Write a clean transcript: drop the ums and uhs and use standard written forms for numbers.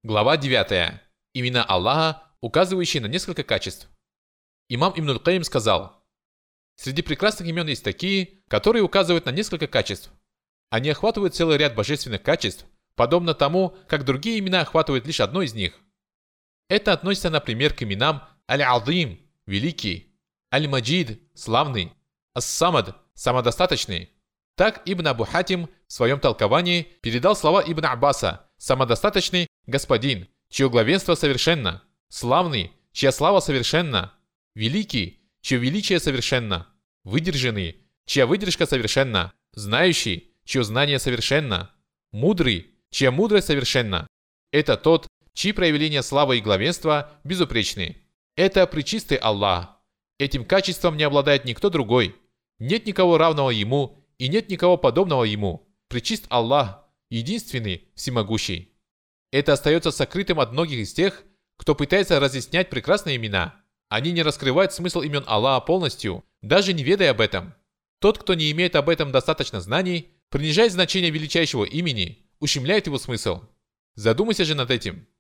Глава 9. Имена Аллаха, указывающие на несколько качеств. Имам Ибн аль-Кайим сказал: среди прекрасных имен есть такие, которые указывают на несколько качеств. Они охватывают целый ряд божественных качеств, подобно тому, как другие имена охватывают лишь одно из них. Это относится, например, к именам Аль-Азим – великий, Аль-Маджид – славный, Ас-Самад – самодостаточный. Так Ибн Абу Хатим в своем толковании передал слова Ибн Аббаса: самодостаточный господин, чье главенство совершенно, славный, чья слава совершенна, великий, чье величие совершенно, выдержанный, чья выдержка совершенна, знающий, чье знание совершенно, мудрый, чья мудрость совершенна. Это тот, чьи проявления славы и главенства безупречны. Это пречистый Аллах. Этим качеством не обладает никто другой. Нет никого равного Ему и нет никого подобного Ему. Пречист Аллах, единственный, всемогущий. Это остается сокрытым от многих из тех, кто пытается разъяснять прекрасные имена. Они не раскрывают смысл имен Аллаха полностью, даже не ведая об этом. Тот, кто не имеет об этом достаточно знаний, принижает значение величайшего имени, ущемляет его смысл. Задумайся же над этим.